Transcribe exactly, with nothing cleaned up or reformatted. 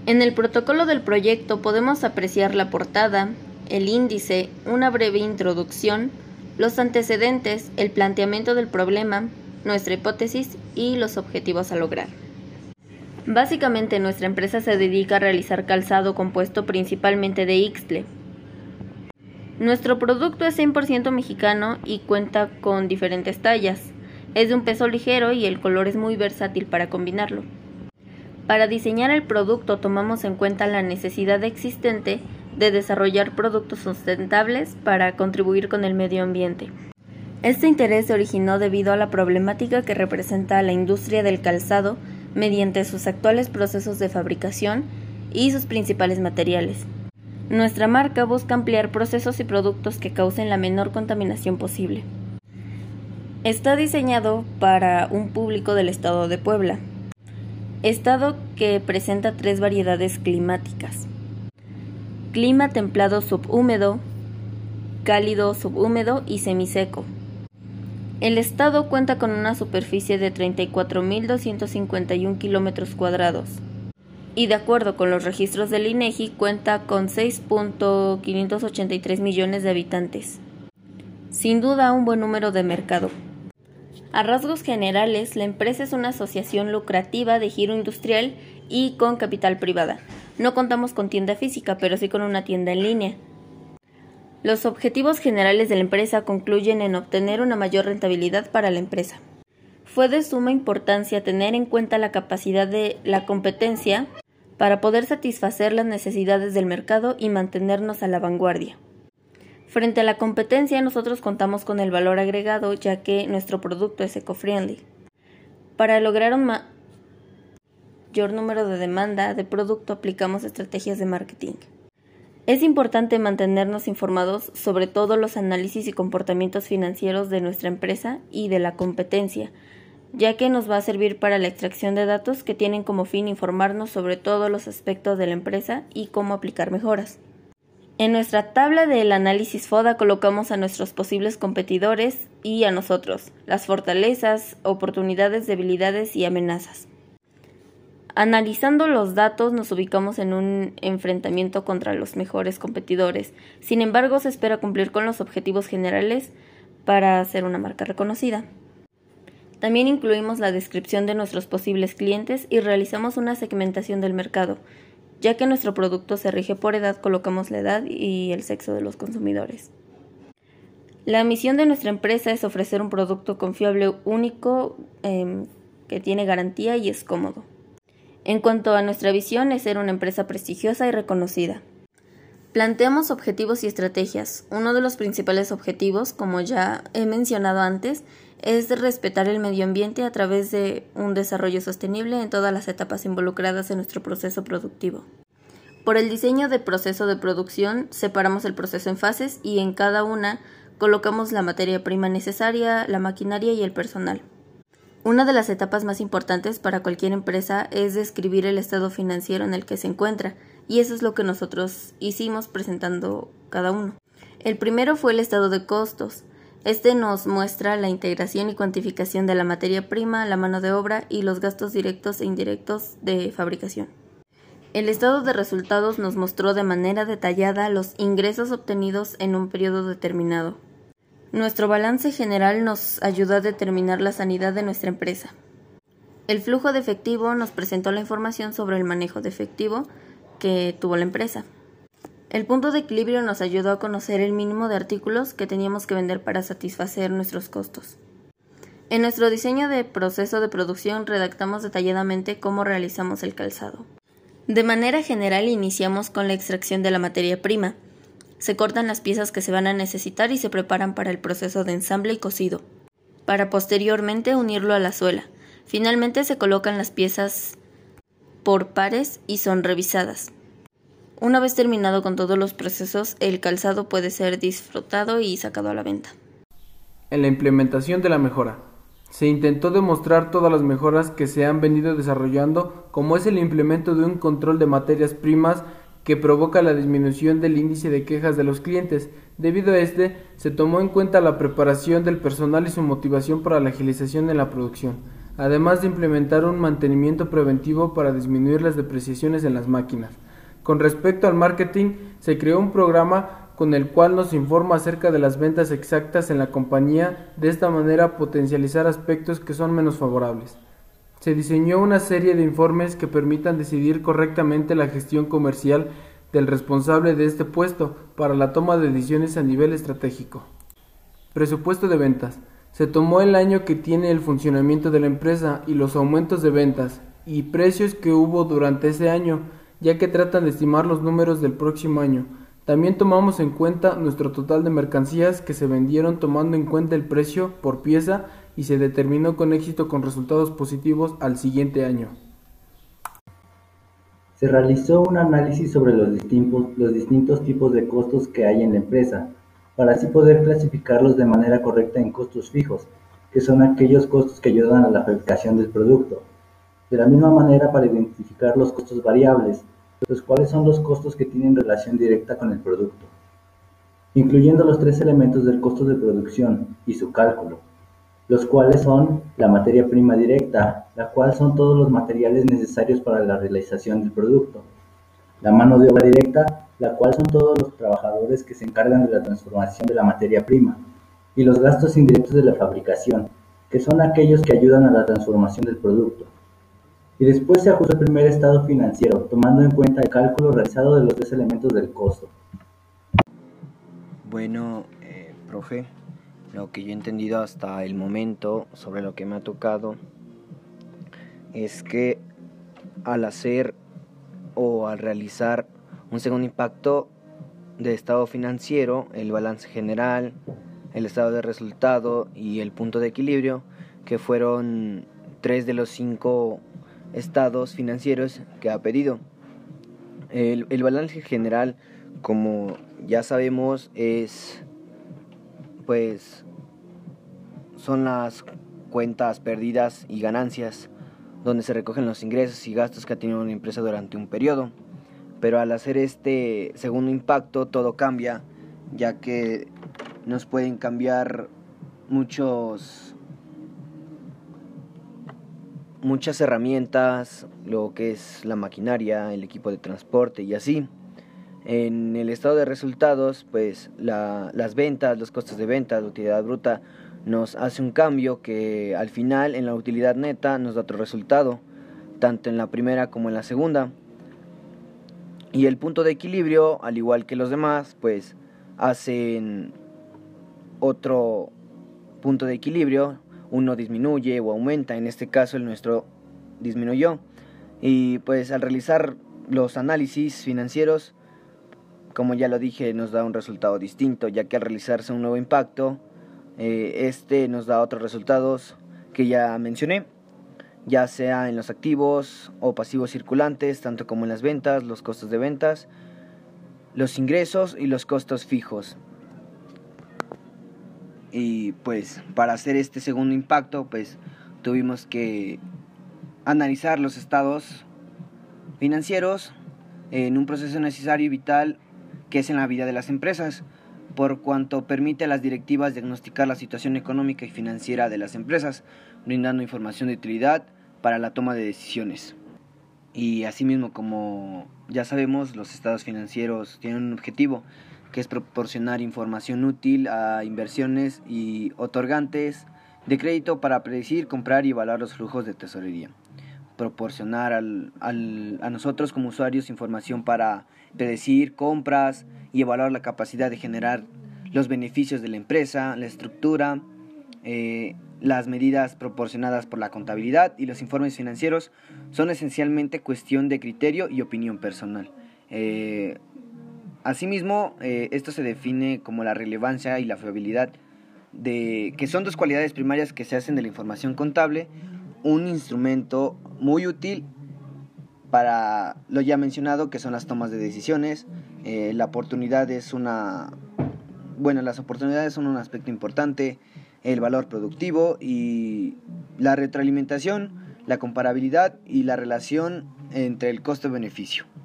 En el protocolo del proyecto podemos apreciar la portada, el índice, una breve introducción, los antecedentes, el planteamiento del problema, nuestra hipótesis y los objetivos a lograr. Básicamente, nuestra empresa se dedica a realizar calzado compuesto principalmente de ixtle. Nuestro producto es cien por ciento mexicano y cuenta con diferentes tallas. Es de un peso ligero y el color es muy versátil para combinarlo. Para diseñar el producto tomamos en cuenta la necesidad existente de desarrollar productos sustentables para contribuir con el medio ambiente. Este interés se originó debido a la problemática que representa la industria del calzado mediante sus actuales procesos de fabricación y sus principales materiales. Nuestra marca busca ampliar procesos y productos que causen la menor contaminación posible. Está diseñado para un público del estado de Puebla, estado que presenta tres variedades climáticas: clima templado subhúmedo, cálido subhúmedo y semiseco. El estado cuenta con una superficie de treinta y cuatro mil doscientos cincuenta y un kilómetros cuadrados y, de acuerdo con los registros del INEGI, cuenta con seis punto quinientos ochenta y tres millones de habitantes. Sin duda, un buen número de mercado. A rasgos generales, la empresa es una asociación lucrativa de giro industrial y con capital privada. No contamos con tienda física, pero sí con una tienda en línea. Los objetivos generales de la empresa concluyen en obtener una mayor rentabilidad para la empresa. Fue de suma importancia tener en cuenta la capacidad de la competencia para poder satisfacer las necesidades del mercado y mantenernos a la vanguardia. Frente a la competencia, nosotros contamos con el valor agregado, ya que nuestro producto es eco-friendly. Para lograr un mayor número de demanda de producto, aplicamos estrategias de marketing. Es importante mantenernos informados sobre todos los análisis y comportamientos financieros de nuestra empresa y de la competencia, ya que nos va a servir para la extracción de datos que tienen como fin informarnos sobre todos los aspectos de la empresa y cómo aplicar mejoras. En nuestra tabla del análisis FODA colocamos a nuestros posibles competidores y a nosotros, las fortalezas, oportunidades, debilidades y amenazas. Analizando los datos, nos ubicamos en un enfrentamiento contra los mejores competidores. Sin embargo, se espera cumplir con los objetivos generales para ser una marca reconocida. También incluimos la descripción de nuestros posibles clientes y realizamos una segmentación del mercado. Ya que nuestro producto se rige por edad, colocamos la edad y el sexo de los consumidores. La misión de nuestra empresa es ofrecer un producto confiable, único, eh, que tiene garantía y es cómodo. En cuanto a nuestra visión, es ser una empresa prestigiosa y reconocida. Planteamos objetivos y estrategias. Uno de los principales objetivos, como ya he mencionado antes, es de respetar el medio ambiente a través de un desarrollo sostenible en todas las etapas involucradas en nuestro proceso productivo. Por el diseño de proceso de producción, separamos el proceso en fases y en cada una colocamos la materia prima necesaria, la maquinaria y el personal. Una de las etapas más importantes para cualquier empresa es describir el estado financiero en el que se encuentra, y eso es lo que nosotros hicimos presentando cada uno. El primero fue el estado de costos. Este nos muestra la integración y cuantificación de la materia prima, la mano de obra y los gastos directos e indirectos de fabricación. El estado de resultados nos mostró de manera detallada los ingresos obtenidos en un periodo determinado. Nuestro balance general nos ayudó a determinar la sanidad de nuestra empresa. El flujo de efectivo nos presentó la información sobre el manejo de efectivo que tuvo la empresa. El punto de equilibrio nos ayudó a conocer el mínimo de artículos que teníamos que vender para satisfacer nuestros costos. En nuestro diseño de proceso de producción redactamos detalladamente cómo realizamos el calzado. De manera general, iniciamos con la extracción de la materia prima. Se cortan las piezas que se van a necesitar y se preparan para el proceso de ensamble y cosido, para posteriormente unirlo a la suela. Finalmente se colocan las piezas por pares y son revisadas. Una vez terminado con todos los procesos, el calzado puede ser disfrutado y sacado a la venta. En la implementación de la mejora, se intentó demostrar todas las mejoras que se han venido desarrollando, como es el implemento de un control de materias primas que provoca la disminución del índice de quejas de los clientes. Debido a este, se tomó en cuenta la preparación del personal y su motivación para la agilización en la producción. además de implementar un mantenimiento preventivo para disminuir las depreciaciones en las máquinas. Con respecto al marketing, se creó un programa con el cual nos informa acerca de las ventas exactas en la compañía, de esta manera potencializar aspectos que son menos favorables. Se diseñó una serie de informes que permitan decidir correctamente la gestión comercial del responsable de este puesto para la toma de decisiones a nivel estratégico. Presupuesto de ventas. Se tomó el año que tiene el funcionamiento de la empresa y los aumentos de ventas y precios que hubo durante ese año, ya que tratan de estimar los números del próximo año. También tomamos en cuenta nuestro total de mercancías que se vendieron tomando en cuenta el precio por pieza y se determinó con éxito con resultados positivos al siguiente año. Se realizó un análisis sobre los distintos, los distintos tipos de costos que hay en la empresa, para así poder clasificarlos de manera correcta en costos fijos, que son aquellos costos que ayudan a la fabricación del producto. De la misma manera, para identificar los costos variables, los cuales son los costos que tienen relación directa con el producto, incluyendo los tres elementos del costo de producción y su cálculo, los cuales son la materia prima directa, la cual son todos los materiales necesarios para la realización del producto, la mano de obra directa, la cual son todos los trabajadores que se encargan de la transformación de la materia prima, y los gastos indirectos de la fabricación, que son aquellos que ayudan a la transformación del producto. Y después se ajustó el primer estado financiero, tomando en cuenta el cálculo realizado de los tres elementos del costo. Bueno, eh, profe, lo que yo he entendido hasta el momento sobre lo que me ha tocado es que al hacer o al realizar un segundo impacto de estado financiero, el balance general, el estado de resultado y el punto de equilibrio, que fueron tres de los cinco estados financieros que ha pedido. El, el balance general, como ya sabemos, es pues son las cuentas perdidas y ganancias, donde se recogen los ingresos y gastos que ha tenido una empresa durante un periodo. Pero al hacer este segundo impacto todo cambia, ya que nos pueden cambiar muchos muchas herramientas, lo que es la maquinaria, el equipo de transporte y así. En el estado de resultados, pues la, las ventas, los costos de ventas, la utilidad bruta, nos hace un cambio que al final en la utilidad neta nos da otro resultado, tanto en la primera como en la segunda. Y el punto de equilibrio, al igual que los demás, pues hacen otro punto de equilibrio. Uno disminuye o aumenta, en este caso el nuestro disminuyó. Y pues al realizar los análisis financieros, como ya lo dije, nos da un resultado distinto, ya que al realizarse un nuevo impacto, eh, este nos da otros resultados que ya mencioné, ya sea en los activos o pasivos circulantes, tanto como en las ventas, los costos de ventas, los ingresos y los costos fijos. Y pues para hacer este segundo impacto, pues tuvimos que analizar los estados financieros en un proceso necesario y vital que es en la vida de las empresas, por cuanto permite a las directivas diagnosticar la situación económica y financiera de las empresas, brindando información de utilidad para la toma de decisiones. Y asimismo, como ya sabemos, los estados financieros tienen un objetivo, que es proporcionar información útil a inversiones y otorgantes de crédito para predecir, comprar y evaluar los flujos de tesorería. Proporcionar al, al, a nosotros como usuarios información para predecir compras y evaluar la capacidad de generar los beneficios de la empresa, la estructura, eh, las medidas proporcionadas por la contabilidad y los informes financieros son esencialmente cuestión de criterio y opinión personal. Eh, Asimismo, eh, esto se define como la relevancia y la fiabilidad, de, que son dos cualidades primarias que se hacen de la información contable, un instrumento muy útil para lo ya mencionado, que son las tomas de decisiones. Eh, la oportunidad es una, bueno, las oportunidades son un aspecto importante, el valor productivo y la retroalimentación, la comparabilidad y la relación entre el costo-beneficio.